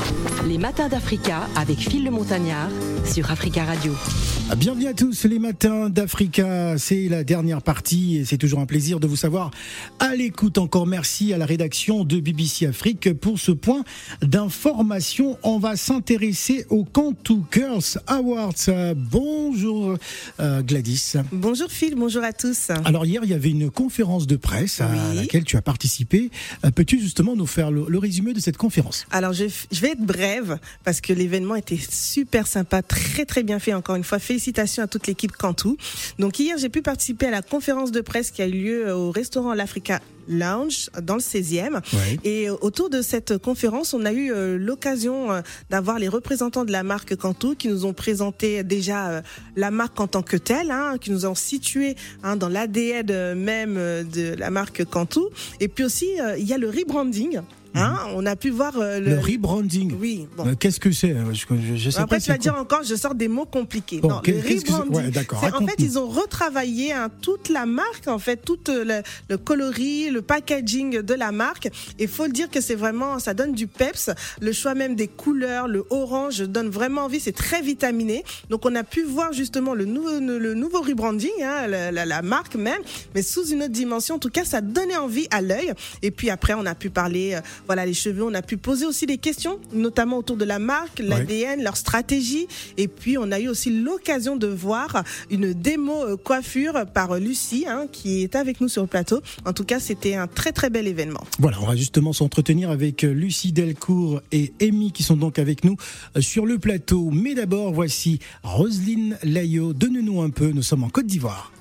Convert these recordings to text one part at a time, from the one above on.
Les matins d'Africa avec Phil le Montagnard sur Africa Radio. Bienvenue à tous, les matins d'Africa, c'est la dernière partie et c'est toujours un plaisir de vous savoir à l'écoute. Encore merci à la rédaction de BBC Afrique pour ce point d'information. On va s'intéresser au Cantu Girls Awards. Bonjour Gladys. Bonjour Phil, bonjour à tous. Alors hier il y avait une conférence de presse à laquelle tu as participé. Peux-tu justement nous faire le résumé de cette conférence? Alors je vais être brève parce que l'événement était super sympa, très très bien fait. Encore une fois, félicitations à toute l'équipe Cantu. Donc hier j'ai pu participer à la conférence de presse qui a eu lieu au restaurant l'Africa Lounge dans le 16e. Ouais. Et autour de cette conférence, on a eu l'occasion d'avoir les représentants de la marque Cantu qui nous ont présenté déjà la marque en tant que telle, qui nous ont situé dans l'ADN même de la marque Cantu. Et puis aussi, il y a le rebranding. On a pu voir le rebranding. Oui. Bon. Qu'est-ce que c'est? Je sais après, pas. tu vas dire encore, je sors des mots compliqués. Bon, non, le rebranding. Ouais, d'accord. En fait, ils ont retravaillé toute la marque, en fait, tout le coloris, le packaging de la marque. Et faut le dire que c'est vraiment, ça donne du peps. Le choix même des couleurs, le orange donne vraiment envie. C'est très vitaminé. Donc, on a pu voir justement le nouveau rebranding, la marque même, mais sous une autre dimension. En tout cas, ça donnait envie à l'œil. Et puis après, on a pu parler. Voilà, les cheveux, on a pu poser aussi des questions, notamment autour de la marque, l'ADN, leur stratégie. Et puis, on a eu aussi l'occasion de voir une démo coiffure par Lucie, qui est avec nous sur le plateau. En tout cas, c'était un très, très bel événement. Voilà, on va justement s'entretenir avec Lucie Delcourt et Amy qui sont donc avec nous sur le plateau. Mais d'abord, voici Roselyne Layo. Donne-nous un peu, nous sommes en Côte d'Ivoire.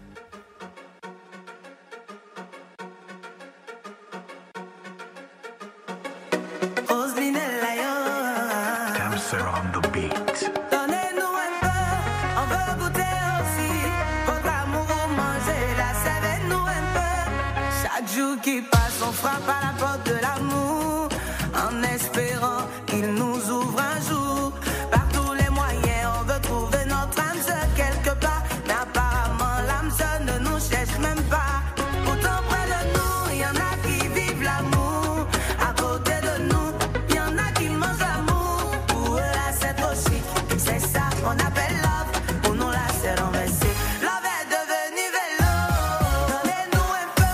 Qui passe, on frappe à la porte de l'amour en espérant qu'il nous ouvre un jour. Par tous les moyens, on veut trouver notre âme sœur quelque part, mais apparemment l'âme sœur ne nous cherche même pas. Pourtant près de nous, il y en a qui vivent l'amour. À côté de nous, il y en a qui mangent l'amour. Pour eux là c'est trop chic, c'est ça qu'on appelle love. Pour nous là c'est renversé. Love est devenu vélo. Donnez-nous un peu.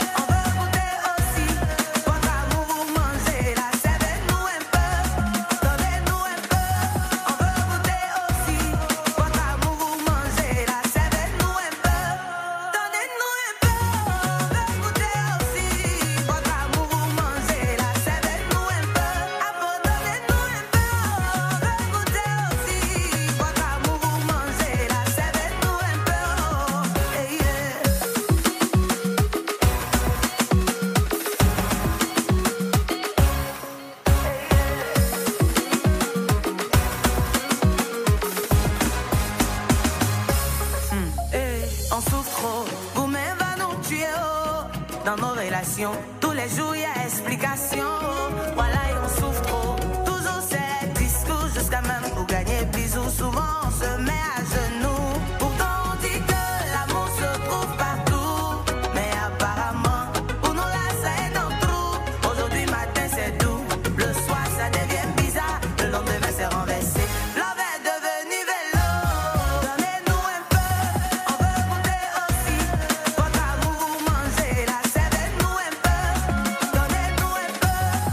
Dans nos relations, tous les jours il y a explication. Voilà, et on souffre trop. Toujours c'est discours jusqu'à même pour gagner bisous. Souvent on se met à genoux. Pourtant on dit que l'amour se trouve partout. Mais apparemment, pour nous là ça est dans le trou. Aujourd'hui matin c'est doux, le soir ça devient bizarre. Le lendemain c'est renversé. Love est devenu vélo. Donnez-nous un peu, on veut goûter aussi. Votre amour vous mangez la. Donnez-nous un peu,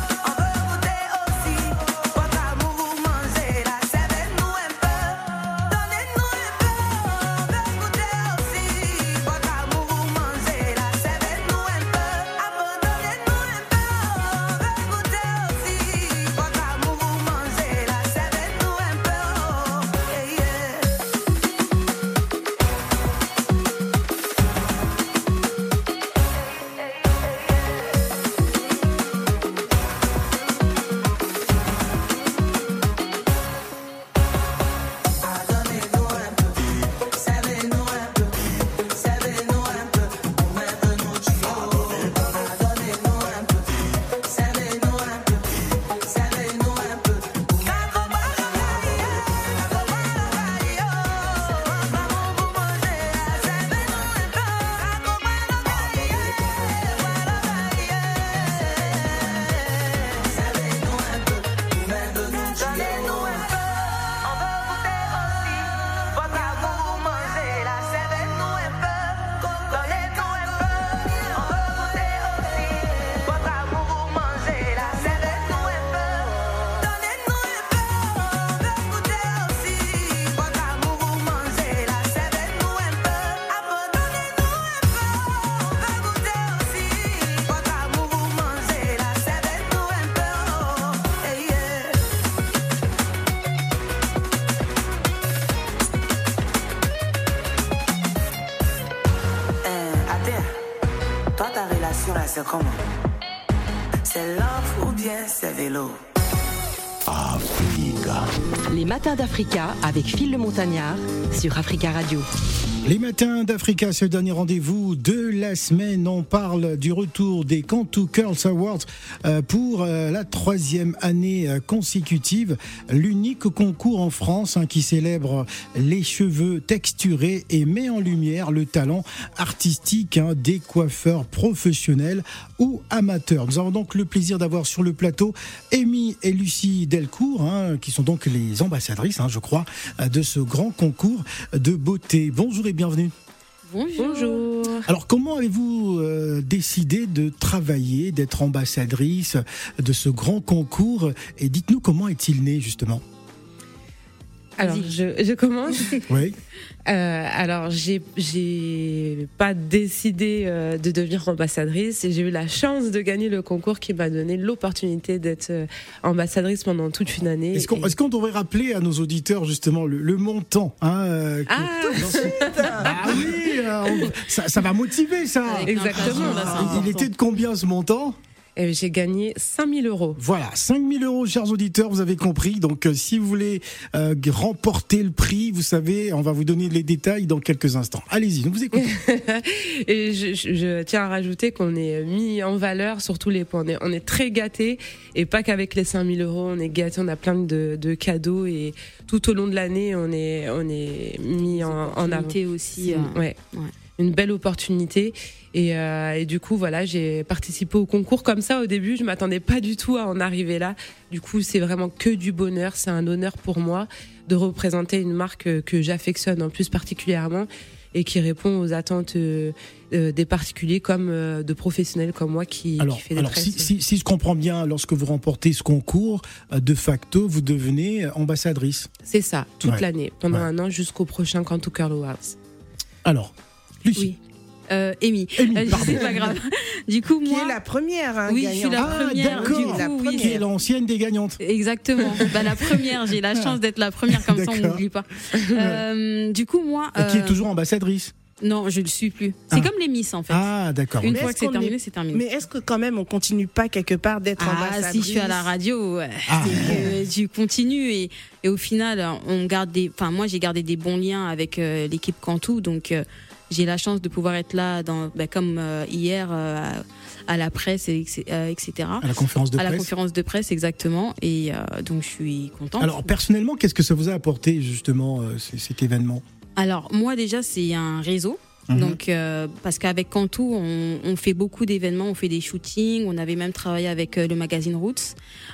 c'est comment? C'est love ou bien c'est vélo? Africa. Les matins d'Africa avec Phil le Montagnard sur Africa Radio. Les matins d'Africa, ce dernier rendez-vous de la semaine. On parle du retour des Cantu Girls Awards pour la 3e année consécutive. L'unique concours en France qui célèbre les cheveux texturés et met en lumière le talent artistique des coiffeurs professionnels ou amateurs. Nous avons donc le plaisir d'avoir sur le plateau Amy et Lucie Delcourt, qui sont donc les ambassadrices, je crois, de ce grand concours de beauté. Bonjour et bienvenue. Bonjour. Alors, comment avez-vous décidé de travailler, d'être ambassadrice de ce grand concours? Et dites-nous, comment est-il né, justement? Alors, je commence. Oui. Alors, j'ai pas décidé de devenir ambassadrice et j'ai eu la chance de gagner le concours qui m'a donné l'opportunité d'être ambassadrice pendant toute une année. Est-ce qu'on devrait rappeler à nos auditeurs justement le montant oui, ça va motiver ça. Exactement. Il était de combien ce montant? J'ai gagné 5 000 euros. Voilà, 5 000 euros, chers auditeurs, vous avez compris. Donc, si vous voulez remporter le prix, vous savez, on va vous donner les détails dans quelques instants. Allez-y, nous vous écoutons. Et je tiens à rajouter qu'on est mis en valeur sur tous les points. On est très gâtés, et pas qu'avec les 5 000 euros, on est gâtés, on a plein de cadeaux, et tout au long de l'année, on est mis en avant. Aussi. Ouais. Une belle opportunité et du coup voilà, j'ai participé au concours comme ça au début, je m'attendais pas du tout à en arriver là. Du coup, c'est vraiment que du bonheur, c'est un honneur pour moi de représenter une marque que j'affectionne en plus particulièrement et qui répond aux attentes des particuliers comme de professionnels comme moi qui fait des alors si je comprends bien, lorsque vous remportez ce concours, de facto, vous devenez ambassadrice. C'est ça, toute l'année, pendant un an jusqu'au prochain Cantu Girls Awards. Alors, Lucie. Oui. Amy, c'est pas grave. Du coup, moi, qui est la première oui, gagnante. Je suis la première. D'accord. Qui est l'ancienne des gagnantes. Exactement. La première. J'ai la chance d'être la première, comme ça on n'oublie pas. Du coup, moi, qui est toujours ambassadrice. Non, je le suis plus. C'est comme les Miss en fait. Ah, d'accord. Une fois que c'est terminé, c'est terminé. Mais est-ce que quand même on continue pas quelque part d'être ambassadrice? Si je suis à la radio, je continue et au final, moi j'ai gardé des bons liens avec l'équipe Cantu, donc j'ai la chance de pouvoir être là comme hier à la presse, etc. À la conférence de presse. À la conférence de presse, exactement. Et donc je suis contente. Alors personnellement, qu'est-ce que ça vous a apporté justement cet événement? Alors moi déjà c'est un réseau. Donc parce qu'avec Cantu on fait beaucoup d'événements, on fait des shootings, on avait même travaillé avec le magazine Roots.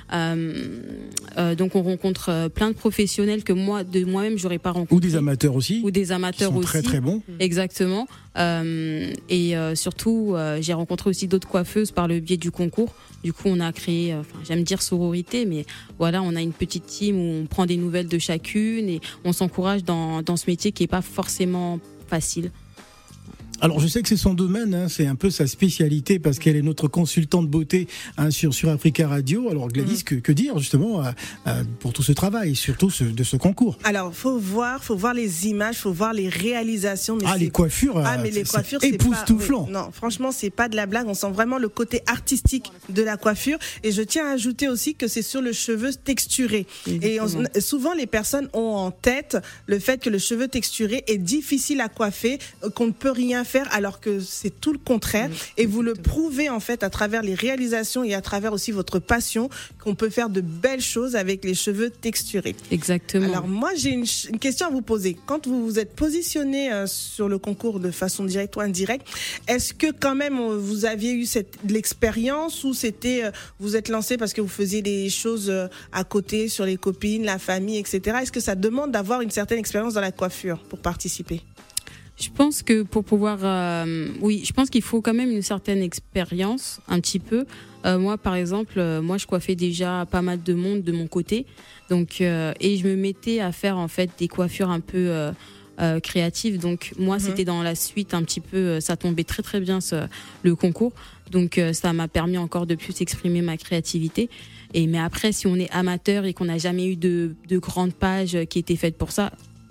Donc on rencontre plein de professionnels que moi-même j'aurais pas rencontré. Ou des amateurs aussi. Ou des amateurs qui sont aussi. Très très bons. Exactement. Et surtout j'ai rencontré aussi d'autres coiffeuses par le biais du concours. Du coup on a créé, j'aime dire sororité, mais voilà, on a une petite team où on prend des nouvelles de chacune et on s'encourage dans ce métier qui est pas forcément facile. Alors je sais que c'est son domaine, c'est un peu sa spécialité parce qu'elle est notre consultante beauté sur Africa Radio. Alors Gladys, que dire justement pour tout ce travail, surtout de ce concours? Alors faut voir les images, faut voir les réalisations. Mais les coiffures, mais les coiffures, c'est époustouflant. Non, franchement, c'est pas de la blague. On sent vraiment le côté artistique de la coiffure. Et je tiens à ajouter aussi que c'est sur le cheveu texturé. Exactement. Et souvent les personnes ont en tête le fait que le cheveu texturé est difficile à coiffer, qu'on ne peut rien faire, alors que c'est tout le contraire. Et vous le prouvez en fait à travers les réalisations et à travers aussi votre passion qu'on peut faire de belles choses avec les cheveux texturés. Exactement. Alors moi j'ai une question à vous poser. Quand vous vous êtes positionné sur le concours de façon directe ou indirecte, est-ce que quand même vous aviez eu de l'expérience ou c'était vous êtes lancé parce que vous faisiez des choses à côté sur les copines, la famille, etc. Est-ce que ça demande d'avoir une certaine expérience dans la coiffure pour participer? Je pense que pour pouvoir, je pense qu'il faut quand même une certaine expérience, un petit peu. Moi, par exemple, je coiffais déjà pas mal de monde de mon côté, donc et je me mettais à faire en fait des coiffures un peu créatives. Donc moi, c'était dans la suite un petit peu, ça tombait très très bien le concours, donc ça m'a permis encore de plus exprimer ma créativité. Mais après, si on est amateur et qu'on n'a jamais eu de grandes pages qui étaient faites pour ça,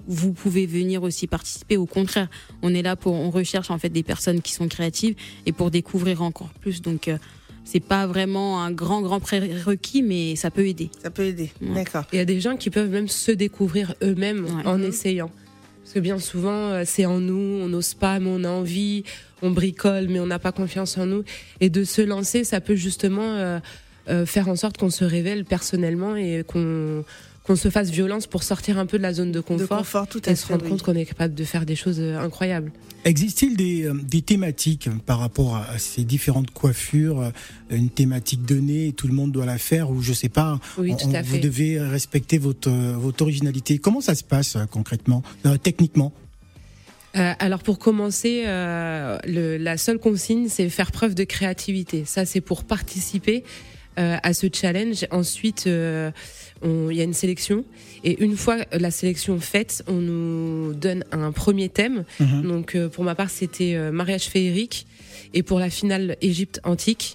vous pouvez venir aussi participer. Au contraire, on recherche en fait des personnes qui sont créatives et pour découvrir encore plus. Donc c'est pas vraiment un grand prérequis, mais ça peut aider. Ça peut aider, d'accord. Il y a des gens qui peuvent même se découvrir eux-mêmes en essayant. Parce que bien souvent, c'est en nous, on n'ose pas, mais on a envie, on bricole, mais on n'a pas confiance en nous. Et de se lancer, ça peut justement faire en sorte qu'on se révèle personnellement et qu'on se fasse violence pour sortir un peu de la zone de confort, tout à et se rendre compte qu'on est capable de faire des choses incroyables. Existe-t-il des thématiques par rapport à ces différentes coiffures, une thématique donnée et tout le monde doit la faire, ou je sais pas, oui, tout à fait. Vous devez respecter votre originalité. Comment ça se passe concrètement, techniquement? Alors pour commencer, la seule consigne, c'est faire preuve de créativité. Ça, c'est pour participer à ce challenge. Ensuite, il y a une sélection, et une fois la sélection faite, on nous donne un premier thème. Donc pour ma part, c'était mariage féerique, et pour la finale, Égypte antique.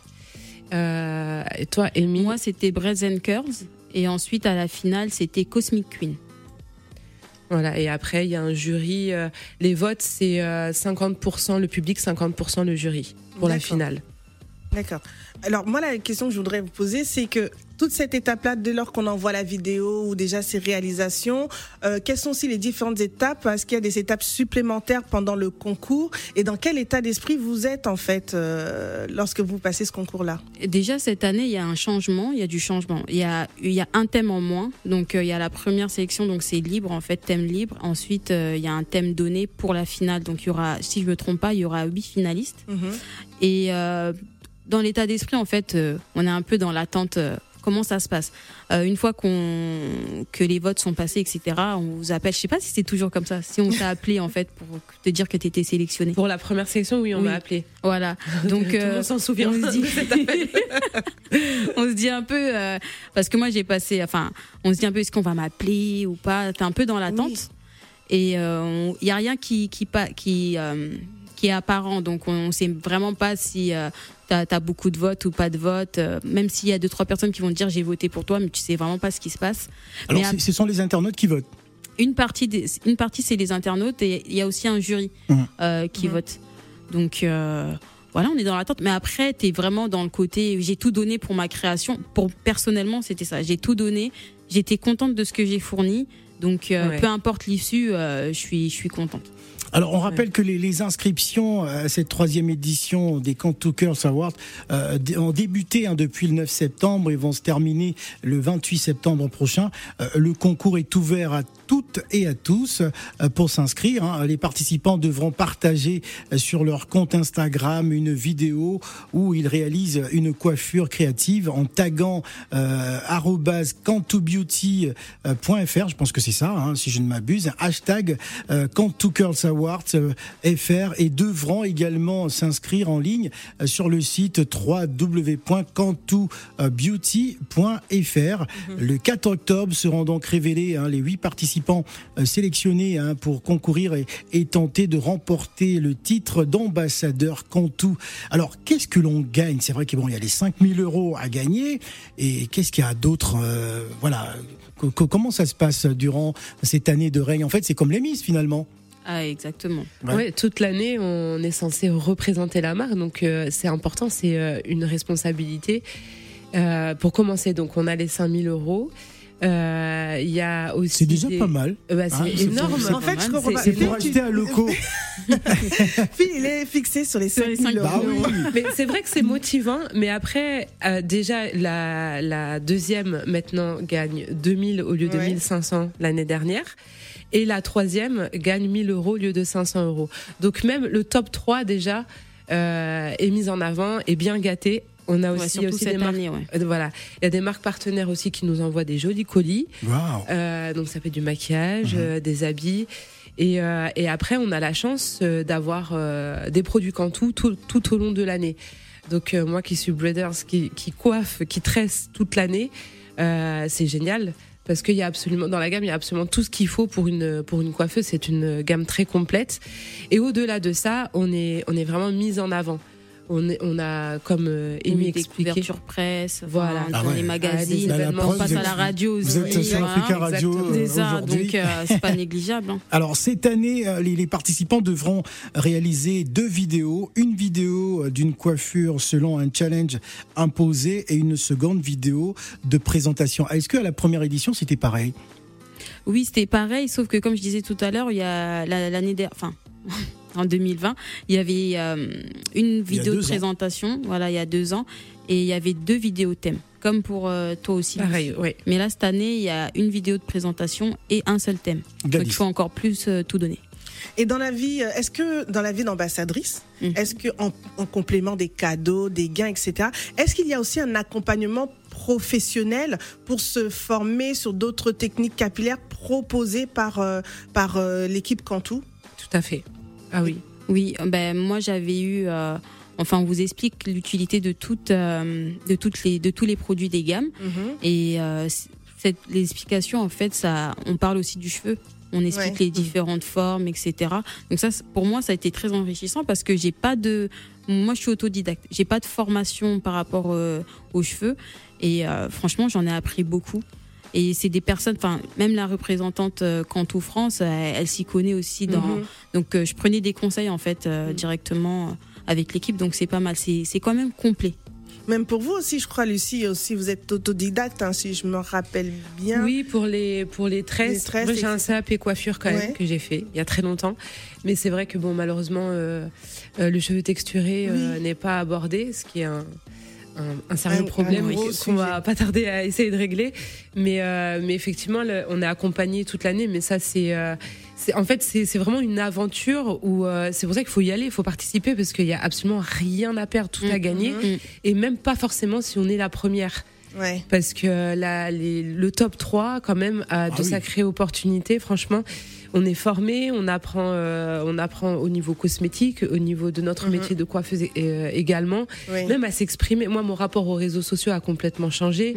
Et toi, Amy? Moi, c'était Braids and Curls, et ensuite à la finale, c'était Cosmic Queen. Voilà, et après il y a un jury. Les votes, c'est 50% le public, 50% le jury pour la finale. D'accord. Alors moi, la question que je voudrais vous poser, c'est que toute cette étape-là, dès lors qu'on envoie la vidéo ou déjà ses réalisations, quelles sont aussi les différentes étapes? Est-ce qu'il y a des étapes supplémentaires pendant le concours? Et dans quel état d'esprit vous êtes en fait lorsque vous passez ce concours-là? Déjà cette année, il y a un changement, il y a du changement. Il y a un thème en moins. Donc il y a la première sélection, donc c'est libre en fait, thème libre. Ensuite il y a un thème donné pour la finale. Donc il y aura, si je me trompe pas, il y aura 8 finalistes. Et dans l'état d'esprit, en fait, on est un peu dans l'attente. Comment ça se passe? Une fois que les votes sont passés, etc., on vous appelle. Je sais pas si c'est toujours comme ça. Si on t'a appelé, en fait, pour te dire que tu étais sélectionné. Pour la première sélection, oui, on m'a appelé. Voilà. Donc, tout le monde s'en souvient. On se dit un peu, parce que moi j'ai passé, enfin, on se dit un peu, est-ce qu'on va m'appeler ou pas? T'es un peu dans l'attente. Oui. Et il y a rien qui est apparent, donc on sait vraiment pas si t'as beaucoup de votes ou pas de votes, même s'il y a 2-3 personnes qui vont te dire j'ai voté pour toi, mais tu sais vraiment pas ce qui se passe. Alors ce sont les internautes qui votent? Une partie c'est les internautes, et il y a aussi un jury qui vote. Donc voilà, on est dans l'attente, mais après t'es vraiment dans le côté j'ai tout donné pour ma création. Personnellement, c'était ça, j'ai tout donné, j'étais contente de ce que j'ai fourni, donc peu importe l'issue, je suis contente. Alors, on rappelle que les inscriptions à cette 3e édition des Cantu Girls Awards ont débuté depuis le 9 septembre et vont se terminer le 28 septembre prochain. Le concours est ouvert à toutes et à tous pour s'inscrire. Les participants devront partager sur leur compte Instagram une vidéo où ils réalisent une coiffure créative en taguant @cantubeauty.fr, je pense que c'est ça, si je ne m'abuse, hashtag Cantu Girls Awards FR, et devront également s'inscrire en ligne sur le site www.cantubeauty.fr. Le 4 octobre seront donc révélés les 8 participants sélectionnés pour concourir et tenter de remporter le titre d'ambassadeur Cantu. Alors, qu'est-ce que l'on gagne? C'est vrai qu'il y a les 5 000 € à gagner, et qu'est-ce qu'il y a d'autre? Comment ça se passe durant cette année de règne? En fait, c'est comme les Miss finalement. Ah, exactement. Ouais, toute l'année, on est censé représenter la marque, donc c'est important, c'est une responsabilité. Pour commencer, donc on a les 5 000 €. Il y a aussi. C'est déjà pas mal. C'est énorme. En fait, je comprends pas. C'est pour acheter un loco. Phil, il est fixé sur les 5 000 €. Bah oui. Mais c'est vrai que c'est motivant. Mais après, déjà, la deuxième maintenant gagne 2 000 au lieu de 1 500 l'année dernière. Et la troisième gagne 1 000 € au lieu de 500 €. Donc même le top 3 déjà est mis en avant, est bien gâté. On a aussi, des marques. Voilà, il y a des marques partenaires aussi qui nous envoient des jolis colis. Wow. Donc ça fait du maquillage, des habits. Et après, on a la chance d'avoir des produits Cantu tout au long de l'année. Donc moi qui suis braiders, qui coiffe, qui tresse toute l'année, c'est génial. Parce qu'il y a absolument, dans la gamme, il y a absolument tout ce qu'il faut pour une coiffeuse. C'est une gamme très complète. Et au-delà de ça, on est vraiment mis en avant. On a, comme Amy des expliqué, couvertures presse, voilà, dans les magazines, événements, on passe à la radio aussi. Vous êtes sur Africa Radio aujourd'hui. Donc c'est pas négligeable. Hein. Alors cette année, les participants devront réaliser 2 vidéos. Une vidéo d'une coiffure selon un challenge imposé et une seconde vidéo de présentation. Est-ce qu'à la première édition, c'était pareil ? Oui, c'était pareil, sauf que comme je disais tout à l'heure, il y a l'année dernière, enfin en 2020, il y avait une vidéo de présentation, voilà, il y a 2 ans, et il y avait 2 vidéos thèmes, comme pour toi aussi. Pareil, oui. Mais là, cette année, il y a une vidéo de présentation et un seul thème. Gladys. Donc il faut encore plus tout donner. Et dans la vie, est-ce que dans la vie d'ambassadrice, est-ce que en complément des cadeaux, des gains, etc., est-ce qu'il y a aussi un accompagnement professionnel pour se former sur d'autres techniques capillaires proposées par l'équipe Cantu ? Tout à fait. Ah oui. Oui, ben moi j'avais eu. Enfin, on vous explique l'utilité de tous les produits des gammes. Et l'explication, en fait, on parle aussi du cheveu. On explique les différentes formes, etc. Donc ça, pour moi, ça a été très enrichissant parce que moi, je suis autodidacte. J'ai pas de formation par rapport aux cheveux. Et franchement, j'en ai appris beaucoup. Et c'est des personnes, enfin, même la représentante Cantu France, elle s'y connaît aussi dans. Donc, je prenais des conseils, en fait, directement avec l'équipe. Donc, c'est pas mal. C'est quand même complet. Même pour vous aussi, je crois, Lucie, aussi, vous êtes autodidacte, hein, si je me rappelle bien. Oui, pour les tresses. Moi, j'ai un CAP coiffure quand même que j'ai fait il y a très longtemps. Mais c'est vrai que bon, malheureusement, le cheveu texturé n'est pas abordé, ce qui est un sérieux problème qu'on va pas tarder à essayer de régler. Mais effectivement, on est accompagné toute l'année. Mais ça, en fait, c'est vraiment une aventure où c'est pour ça qu'il faut y aller, il faut participer parce qu'il y a absolument rien à perdre, tout à gagner, et même pas forcément si on est la première. Ouais. Parce que le top 3 quand même a de sacrées opportunités. Franchement, on est formé, on apprend au niveau cosmétique, au niveau de notre métier de coiffeuse également, même à s'exprimer. Moi, mon rapport aux réseaux sociaux a complètement changé.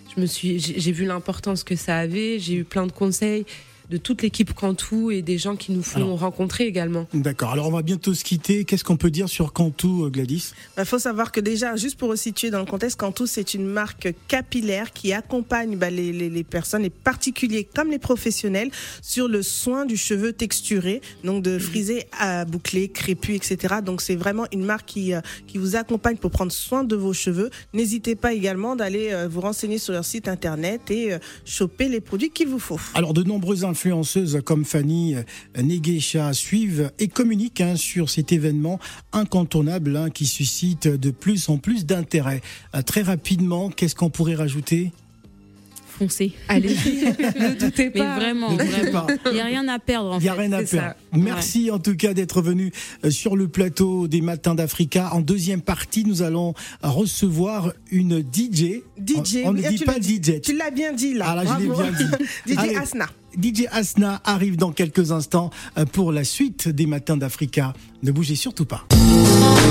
J'ai vu l'importance que ça avait. J'ai eu plein de conseils de toute l'équipe Cantu et des gens qui nous font rencontrer également. D'accord. Alors, on va bientôt se quitter. Qu'est-ce qu'on peut dire sur Cantu, Gladys ? Faut savoir que déjà, juste pour resituer dans le contexte, Cantu, c'est une marque capillaire qui accompagne les personnes, les particuliers comme les professionnels, sur le soin du cheveu texturé, donc de frisé à bouclé, crépus, etc. Donc, c'est vraiment une marque qui vous accompagne pour prendre soin de vos cheveux. N'hésitez pas également d'aller vous renseigner sur leur site internet et choper les produits qu'il vous faut. Alors, de nombreuses influenceuses comme Fanny Neguesha suivent et communiquent sur cet événement incontournable qui suscite de plus en plus d'intérêt. Très rapidement, qu'est-ce qu'on pourrait rajouter ? Foncez. Allez-y, ne doutez pas. Mais vraiment, il n'y a rien à perdre. Il n'y a rien à perdre. Merci en tout cas d'être venu sur le plateau des Matins d'Africa. En deuxième partie, nous allons recevoir une DJ. On ne dit pas DJ. Tu l'as bien dit là. Ah là, je l'ai bien dit. DJ Asna. DJ Asna arrive dans quelques instants pour la suite des Matins d'Africa. Ne bougez surtout pas.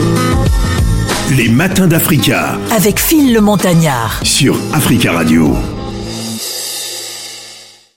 Les Matins d'Africa. Avec Phil le Montagnard. Sur Africa Radio.